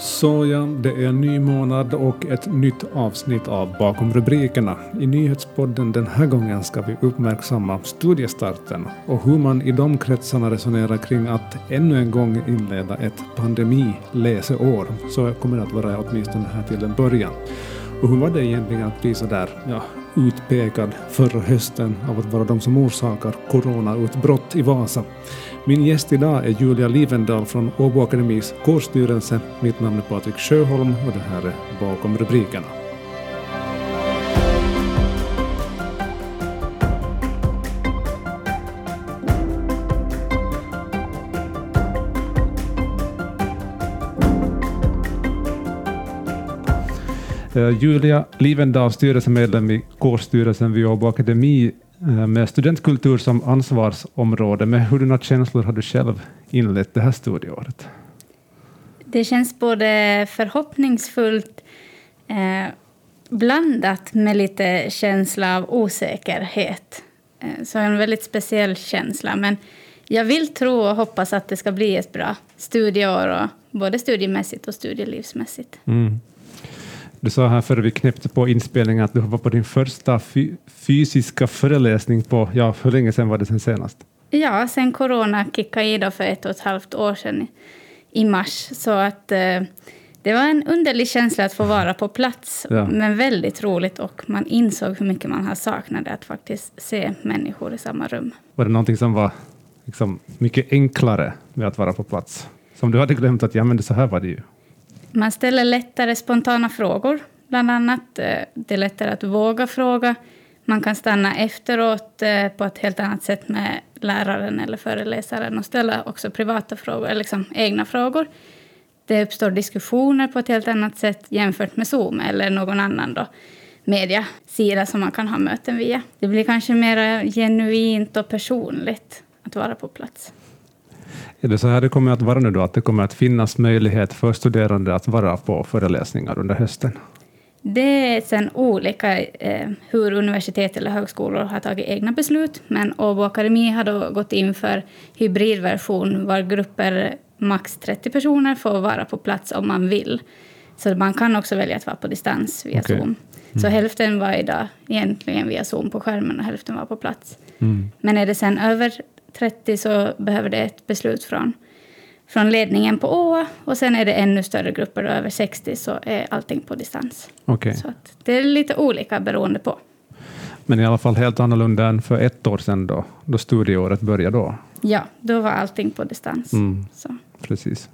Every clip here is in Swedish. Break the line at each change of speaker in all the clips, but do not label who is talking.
Så ja, det är en ny månad och ett nytt avsnitt av Bakom rubrikerna. I nyhetspodden den här gången ska vi uppmärksamma studiestarten och hur man i de kretsarna resonerar kring att ännu en gång inleda ett pandemiläseår. Så kommer det att vara åtminstone här till en början. Och hur var det egentligen att bli så där utpekad förra hösten av att vara de som orsakar coronautbrott i Vasa? Min gäst idag är Julia Livendal från Åbo Akademis kårstyrelse. Mitt namn är Patrik Sjöholm och det här är Bakom rubrikerna. Julia Livendal, styrelsemedlem i kårstyrelsen vid Åbo Akademi med studentkultur som ansvarsområde. Med hurdana känslor har du själv inlett det här studieåret?
Det känns både förhoppningsfullt blandat med lite känsla av osäkerhet. Så en väldigt speciell känsla. Men jag vill tro och hoppas att det ska bli ett bra studieår, och både studiemässigt och studielivsmässigt. Mm.
Du sa här före vi knäppte på inspelningen att du var på din första fysiska föreläsning på, hur länge sedan var det sen senast?
Ja, sen corona kickade i då för 1,5 år sedan i mars. Så att det var en underlig känsla att få vara på plats. Ja. Men väldigt roligt, och man insåg hur mycket man har saknat att faktiskt se människor i samma rum.
Var det någonting som var liksom mycket enklare med att vara på plats? Som du hade glömt att, men så här var det ju.
Man ställer lättare spontana frågor, bland annat. Det är lättare att våga fråga. Man kan stanna efteråt på ett helt annat sätt med läraren eller föreläsaren och ställa också privata frågor, eller liksom egna frågor. Det uppstår diskussioner på ett helt annat sätt jämfört med Zoom eller någon annan då mediasida som man kan ha möten via. Det blir kanske mer genuint och personligt att vara på plats.
Är det så här det kommer att vara nu då, att det kommer att finnas möjlighet för studerande att vara på föreläsningar under hösten?
Det är sen olika hur universitet eller högskolor har tagit egna beslut, men Åbo Akademi har då gått in för hybridversion var grupper max 30 personer får vara på plats om man vill. Så man kan också välja att vara på distans via Zoom. Så hälften var idag egentligen via Zoom på skärmen och hälften var på plats. Men är det sen över 30 så behöver det ett beslut från ledningen på ÅA, och sen är det ännu större grupper då, över 60 så är allting på distans.
Okay.
Så att det är lite olika beroende på.
Men i alla fall helt annorlunda än för 1 år sedan då studieåret började då?
Ja, då var allting på distans. Så.
Precis.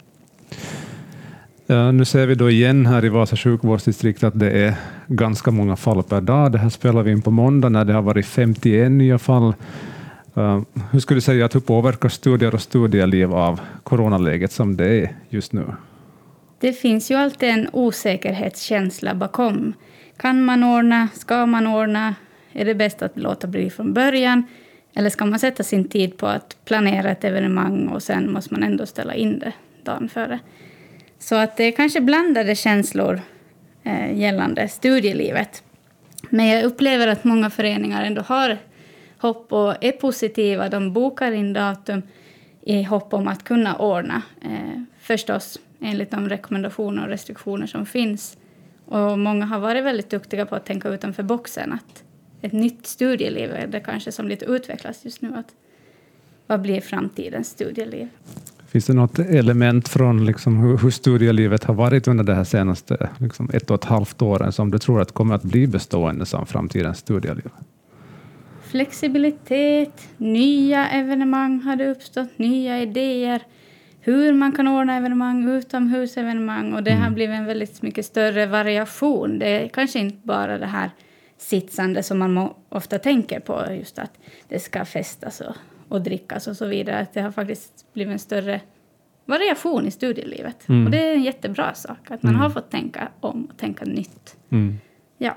Nu ser vi då igen här i Vasa sjukvårdsdistrikt att det är ganska många fall per dag. Det här spelar vi in på måndag när det har varit 51 nya fall. Hur skulle du säga att hur påverkar studier och studieliv av coronaläget som det är just nu?
Det finns ju alltid en osäkerhetskänsla bakom. Kan man ordna? Ska man ordna? Är det bäst att låta bli från början? Eller ska man sätta sin tid på att planera ett evenemang och sen måste man ändå ställa in det dagen före? Så att det är kanske blandade känslor gällande studielivet. Men jag upplever att många föreningar ändå har hopp och är positiva. De bokar in datum i hopp om att kunna ordna. Förstås enligt de rekommendationer och restriktioner som finns. Och många har varit väldigt duktiga på att tänka utanför boxen. Att ett nytt studieliv är det kanske som lite utvecklas just nu. Att vad blir framtidens studieliv?
Finns det något element från liksom hur studielivet har varit under det här senaste 1,5 åren som du tror att kommer att bli bestående som framtidens studieliv?
Flexibilitet, nya evenemang hade uppstått, nya idéer. Hur man kan ordna evenemang, utomhusevenemang. Och det har blivit en väldigt mycket större variation. Det är kanske inte bara det här sittande som man ofta tänker på. Just att det ska festas och drickas och så vidare. Att det har faktiskt blivit en större variation i studielivet. Och det är en jättebra sak. Att man har fått tänka om och tänka nytt. Ja.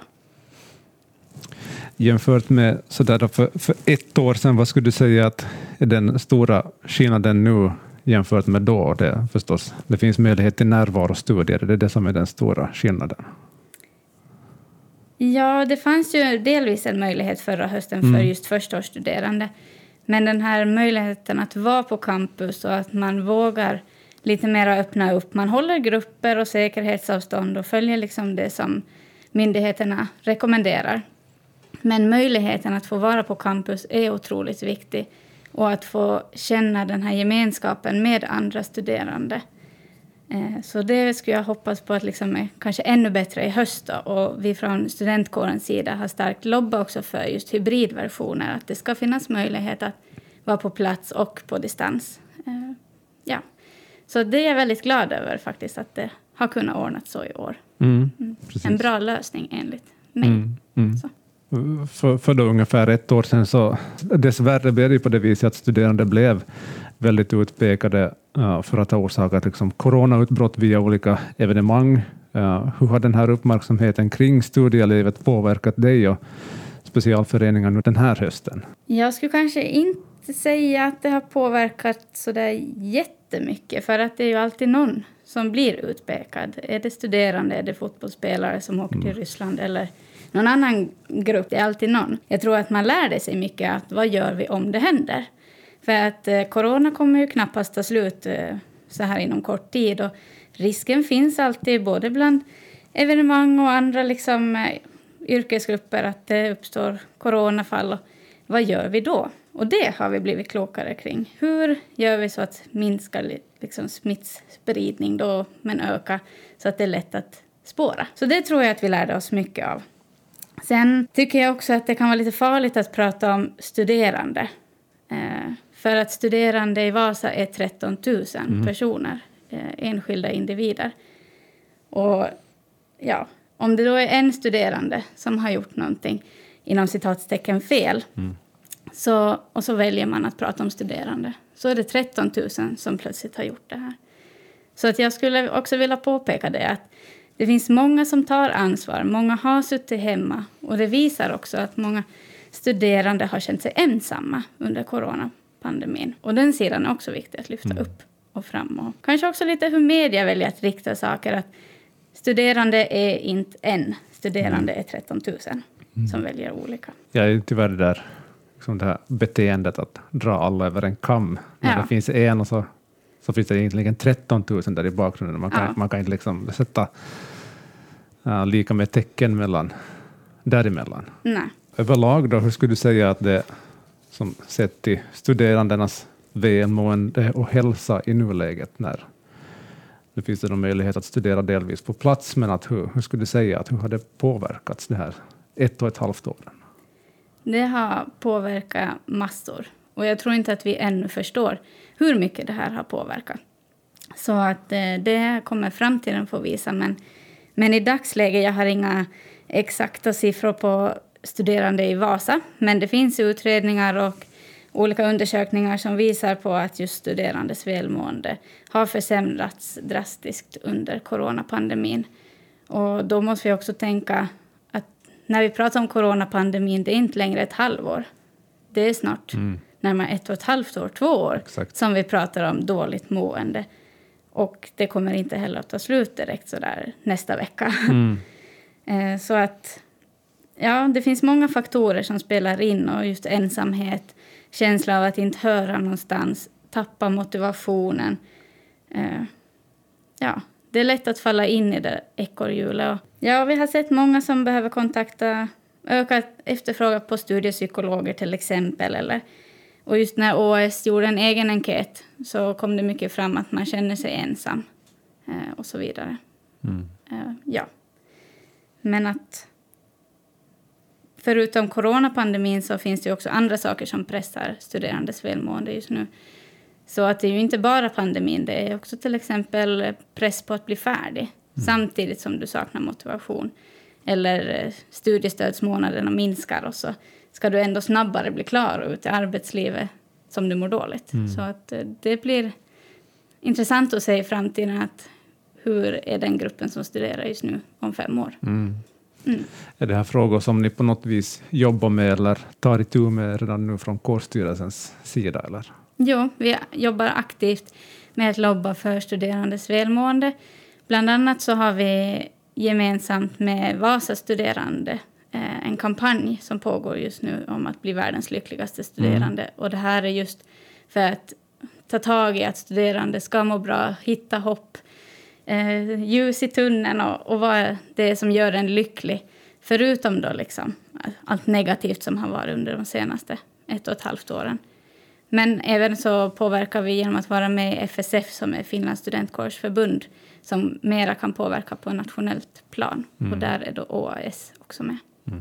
Jämfört med sådär för 1 år sedan, vad skulle du säga att är den stora skillnaden nu jämfört med då? Det, förstås, det finns möjlighet till närvaro och studier, det är det som är den stora skillnaden.
Ja, det fanns ju delvis en möjlighet förra hösten för just förstaårsstuderande. Men den här möjligheten att vara på campus och att man vågar lite mer öppna upp. Man håller grupper och säkerhetsavstånd och följer liksom det som myndigheterna rekommenderar. Men möjligheten att få vara på campus är otroligt viktig. Och att få känna den här gemenskapen med andra studerande. Så det skulle jag hoppas på att liksom är kanske ännu bättre i höst. Då. Och vi från studentkårens sida har starkt lobbat också för just hybridversioner. Att det ska finnas möjlighet att vara på plats och på distans. Ja. Så det är jag väldigt glad över faktiskt att det har kunnat ordnas så i år. En bra lösning enligt mig. Så.
För då ungefär 1 år sedan så dessvärre blev det på det viset att studerande blev väldigt utpekade för att ha orsakat liksom coronautbrott via olika evenemang. Hur har den här uppmärksamheten kring studielivet påverkat dig och specialföreningen den här hösten?
Jag skulle kanske inte säga att det har påverkat så där jättemycket, för att det är ju alltid någon som blir utpekad. Är det studerande, är det fotbollsspelare som åker till Ryssland eller någon annan grupp, det är alltid någon. Jag tror att man lärde sig mycket att vad gör vi om det händer? För att corona kommer ju knappast ta slut så här inom kort tid. Och risken finns alltid både bland evenemang och andra liksom, yrkesgrupper att det uppstår coronafall. Och vad gör vi då? Och det har vi blivit klokare kring. Hur gör vi så att minska liksom, smittspridning då, men öka så att det är lätt att spåra? Så det tror jag att vi lärde oss mycket av. Sen tycker jag också att det kan vara lite farligt att prata om studerande. För att studerande i Vasa är 13 000 personer, enskilda individer. Och ja, om det då är en studerande som har gjort någonting inom citatstecken fel. Och så väljer man att prata om studerande. Så är det 13 000 som plötsligt har gjort det här. Så att jag skulle också vilja påpeka det att det finns många som tar ansvar. Många har suttit hemma. Och det visar också att många studerande har känt sig ensamma under coronapandemin. Och den sidan är också viktig att lyfta upp och fram. Och kanske också lite hur media väljer att rikta saker. Att studerande är inte en. Studerande är 13 000 som väljer olika.
Jag är tyvärr där. Liksom det här beteendet att dra alla över en kam. När det finns en och så finns det egentligen 13 000 där i bakgrunden. Man kan inte liksom sätta lika med tecken däremellan.
Nej.
Överlag då, hur skulle du säga att det som sett till studerandernas välmående och hälsa i nuläget när det finns det någon möjlighet att studera delvis på plats, men att hur skulle du säga att hur har det påverkats det här 1,5 åren?
Det har påverkat massor. Och jag tror inte att vi ännu förstår hur mycket det här har påverkat. Så att det kommer framtiden få visa. Men i dagsläget, jag har inga exakta siffror på studerande i Vasa. Men det finns utredningar och olika undersökningar som visar på att just studerandes välmående har försämrats drastiskt under coronapandemin. Och då måste vi också tänka att när vi pratar om coronapandemin, det är inte längre ett halvår. Det är snart närmare 1,5 år, 2 år. Exakt. Som vi pratar om dåligt mående. Och det kommer inte heller att ta slut direkt så där nästa vecka. Så att ja, det finns många faktorer som spelar in. Och just ensamhet, känsla av att inte höra någonstans, tappa motivationen. Ja, det är lätt att falla in i det ekorrhjulet. Ja, vi har sett många som behöver öka efterfrågan på studiepsykologer till exempel. Och just när OAS gjorde en egen enkät så kom det mycket fram att man känner sig ensam och så vidare. Ja. Men att förutom coronapandemin så finns det också andra saker som pressar studerandes välmående just nu. Så att det är ju inte bara pandemin, det är också till exempel press på att bli färdig. Samtidigt som du saknar motivation. Eller studiestödsmånaderna minskar och så ska du ändå snabbare bli klar ut i arbetslivet som du mår dåligt. Så att det blir intressant att se i framtiden att hur är den gruppen som studerar just nu om 5 år.
Är det här frågor som ni på något vis jobbar med eller tar itu med redan nu från kårstyrelsens sida? Eller?
Jo, vi jobbar aktivt med att lobba för studerandes välmående. Bland annat så har vi gemensamt med Vasa studerande en kampanj som pågår just nu om att bli världens lyckligaste studerande. Och det här är just för att ta tag i att studerande ska må bra, hitta hopp, ljus i tunneln och vad är det som gör en lycklig. Förutom då liksom allt negativt som har varit under de senaste 1,5 åren. Men även så påverkar vi genom att vara med i FSF som är Finlands studentkårsförbund som mera kan påverka på nationellt plan. Och där är då OAS också med.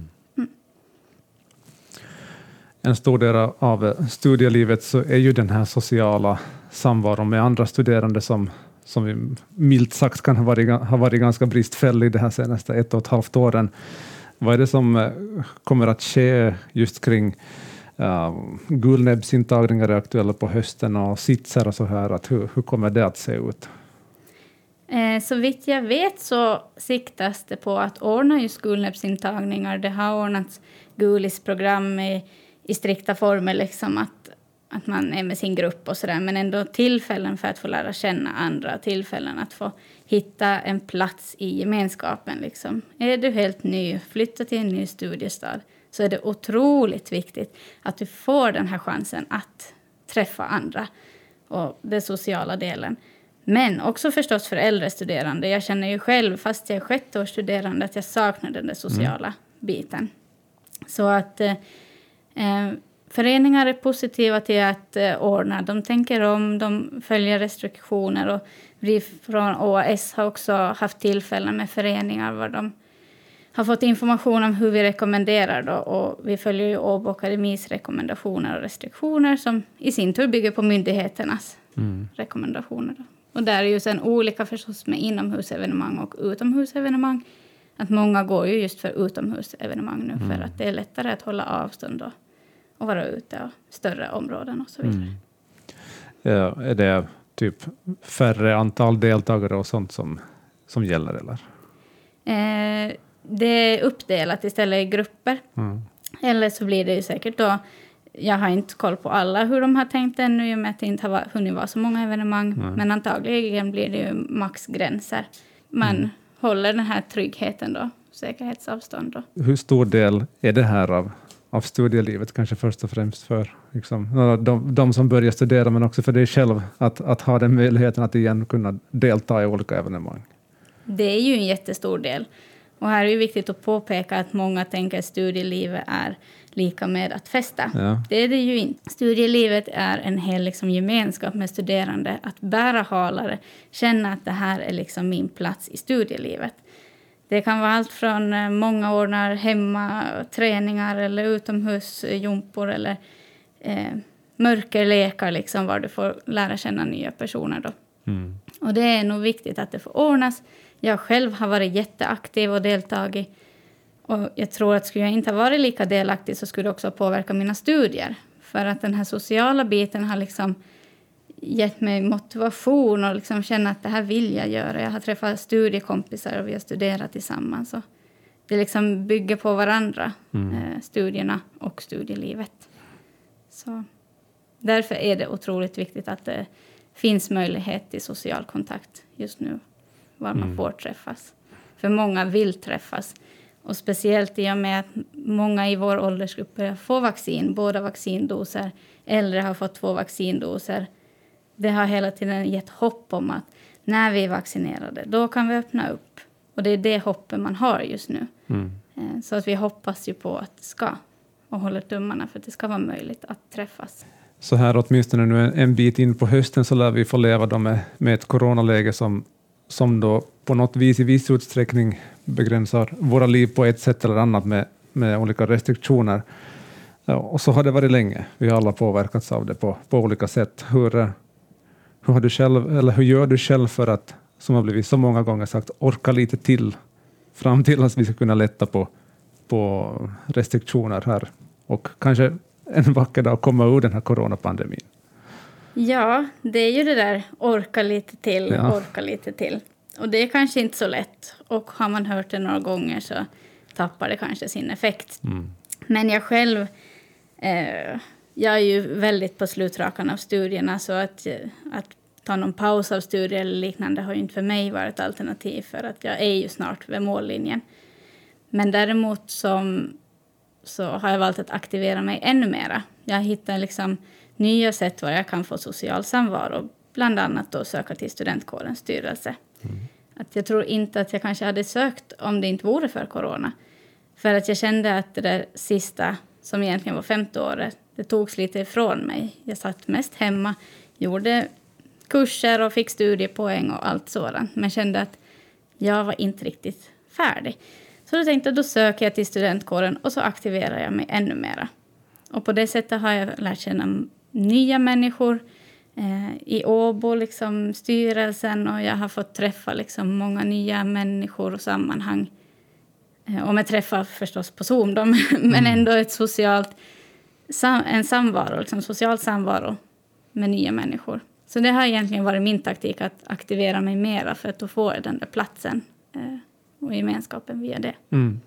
En stor del av studielivet så är ju den här sociala samvaron med andra studerande som vi milt sagt kan ha varit ganska bristfällig de här senaste 1,5 åren. Vad är det som kommer att ske just kring Gullnäbbsintagningar är aktuella på hösten och sitsar och så här? Att hur kommer det att se ut?
Så vitt jag vet så siktas det på att ordna just Gullnäbbsintagningar. Det har ordnats Gulis-program i strikta former, liksom att man är med sin grupp och sådär. Men ändå tillfällen för att få lära känna andra, tillfällen att få hitta en plats i gemenskapen. Liksom. Är du helt ny, flytta till en ny studiestad, så är det otroligt viktigt att du får den här chansen att träffa andra och den sociala delen. Men också förstås för äldre studerande. Jag känner ju själv, fast jag är 6-årsstuderande, att jag saknar den där sociala biten. Så att föreningar är positiva till att ordna. De tänker om, de följer restriktioner. Och vi från OAS har också haft tillfällen med föreningar var de har fått information om hur vi rekommenderar då, och vi följer ju Åbo Akademis rekommendationer och restriktioner som i sin tur bygger på myndigheternas rekommendationer då. Och där är ju sen olika förstås med inomhusevenemang och utomhusevenemang. Att många går ju just för utomhusevenemang nu för att det är lättare att hålla avstånd och vara ute och större områden och så vidare.
Ja, är det typ färre antal deltagare och sånt som gäller eller?
Det är uppdelat istället i grupper. Eller så blir det ju säkert då, jag har inte koll på alla hur de har tänkt ännu i och med att det inte har hunnit vara så många evenemang. Men antagligen blir det ju maxgränser. Man håller den här tryggheten då, säkerhetsavstånd då.
Hur stor del är det här av studielivet kanske först och främst för liksom, de som börjar studera, men också för dig själv att ha den möjligheten att igen kunna delta i olika evenemang?
Det är ju en jättestor del. Och här är det viktigt att påpeka att många tänker att studielivet är lika med att festa. Ja. Det är det ju inte. Studielivet är en hel liksom, gemenskap med studerande. Att bära halare, känna att det här är liksom min plats i studielivet. Det kan vara allt från många ordnar hemma träningar eller utomhusjumpor eller mörkerlekar liksom, var du får lära känna nya personer då. Och det är nog viktigt att det får ordnas. Jag själv har varit jätteaktiv och deltagit. Och jag tror att skulle jag inte ha varit lika delaktig så skulle det också påverka mina studier. För att den här sociala biten har liksom gett mig motivation och liksom känna att det här vill jag göra. Jag har träffat studiekompisar och vi har studerat tillsammans. Så det liksom bygger på varandra, studierna och studielivet. Så därför är det otroligt viktigt att det finns möjlighet till social kontakt just nu. Var man får träffas. För många vill träffas. Och speciellt i och med att många i vår åldersgrupp börjar få vaccin. Båda vaccindoser. Äldre har fått 2 vaccindoser. Det har hela tiden gett hopp om att när vi är vaccinerade, då kan vi öppna upp. Och det är det hoppet man har just nu. Så att vi hoppas ju på att det ska. Och håller tummarna för att det ska vara möjligt att träffas.
Så här åtminstone nu en bit in på hösten så lär vi få leva då med ett coronaläge som då på något vis i viss utsträckning begränsar våra liv på ett sätt eller annat med olika restriktioner. Ja, och så har det varit länge. Vi har alla påverkats av det på olika sätt. Hur har du själv, eller hur gör du själv för att, som har blivit så många gånger sagt, orka lite till fram till att vi ska kunna lätta på restriktioner här och kanske en vacker dag komma ur den här coronapandemin?
Ja, det är ju det där orka lite till. Och det är kanske inte så lätt. Och har man hört det några gånger så tappar det kanske sin effekt. Men jag själv, jag är ju väldigt på slutrakan av studierna. Så att ta någon paus av studier eller liknande har ju inte för mig varit ett alternativ. För att jag är ju snart vid mållinjen. Men däremot så har jag valt att aktivera mig ännu mera Jag hittar liksom nya sätt var jag kan få social samvaro. Bland annat då söka till studentkårens styrelse. Att jag tror inte att jag kanske hade sökt om det inte vore för corona. För att jag kände att det där sista, som egentligen var 5:e året, det togs lite ifrån mig. Jag satt mest hemma, gjorde kurser och fick studiepoäng och allt sådant. Men kände att jag var inte riktigt färdig. Så då tänkte jag, då söker jag till studentkåren och så aktiverar jag mig ännu mera. Och på det sättet har jag lärt känna nya människor i Åbo, liksom styrelsen. Och jag har fått träffa liksom många nya människor och sammanhang. Och med träffar förstås på Zoom då, men ändå ett socialt, en samvaro, liksom social samvaro med nya människor. Så det har egentligen varit min taktik att aktivera mig mera för att då få den där platsen och gemenskapen via det.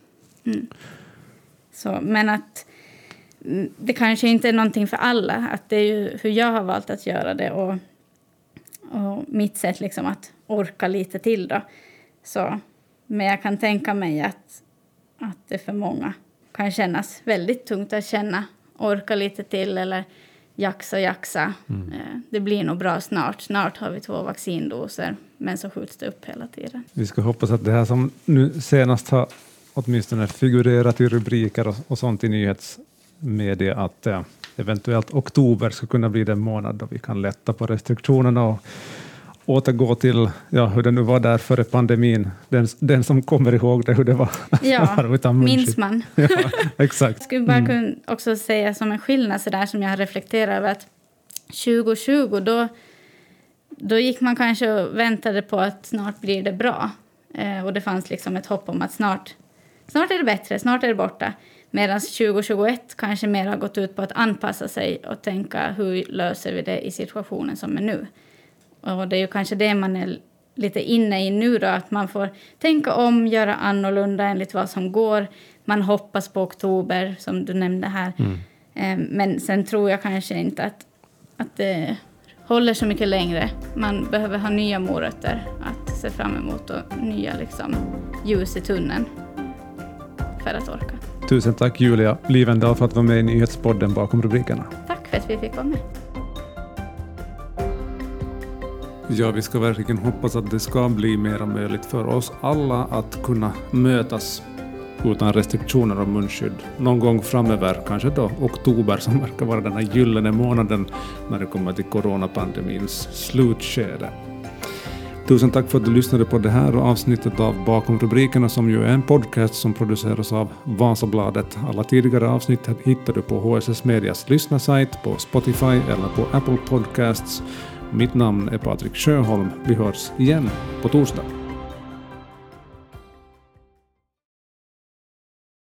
Så, men att det kanske inte är någonting för alla. Att det är ju hur jag har valt att göra det och mitt sätt liksom att orka lite till då. Så, men jag kan tänka mig att det för många kan kännas väldigt tungt att orka lite till eller jaxa. Det blir nog bra snart. Snart har vi 2 vaccindoser, men så skjuts det upp hela tiden.
Vi ska hoppas att det här som nu senast har åtminstone figurerat i rubriker och sånt i nyhetsmedia, att eventuellt oktober ska kunna bli den månad då vi kan lätta på restriktionerna och återgå till hur det nu var där före pandemin. Den som kommer ihåg det, hur det var.
Ja, minns man.
Ja, exakt.
Jag skulle bara kunna också säga som en skillnad så där som jag har reflekterat över att 2020 då gick man kanske och väntade på att snart blir det bra. Och det fanns liksom ett hopp om att snart är det bättre, snart är det borta. Medan 2021 kanske mer har gått ut på att anpassa sig och tänka hur löser vi det i situationen som är nu. Och det är ju kanske det man är lite inne i nu då, att man får tänka om, göra annorlunda enligt vad som går. Man hoppas på oktober som du nämnde här. Men sen tror jag kanske inte att det håller så mycket längre. Man behöver ha nya morötter att se fram emot och nya liksom ljus i tunneln för att orka.
Tusen tack Julia Livendal för att vara med i nyhetspodden Bakom rubrikerna.
Tack för att vi fick vara med.
Ja, vi ska verkligen hoppas att det ska bli mer möjligt för oss alla att kunna mötas utan restriktioner och munskydd. Någon gång framöver, kanske då oktober som verkar vara den här gyllene månaden när det kommer till coronapandemins slutskede. Tusen tack för att du lyssnade på det här avsnittet av Bakom rubrikerna, som ju är en podcast som produceras av Vasabladet. Alla tidigare avsnitt hittar du på HSS Medias lyssnarsajt, på Spotify eller på Apple Podcasts. Mitt namn är Patrik Sjöholm. Vi hörs igen på torsdag.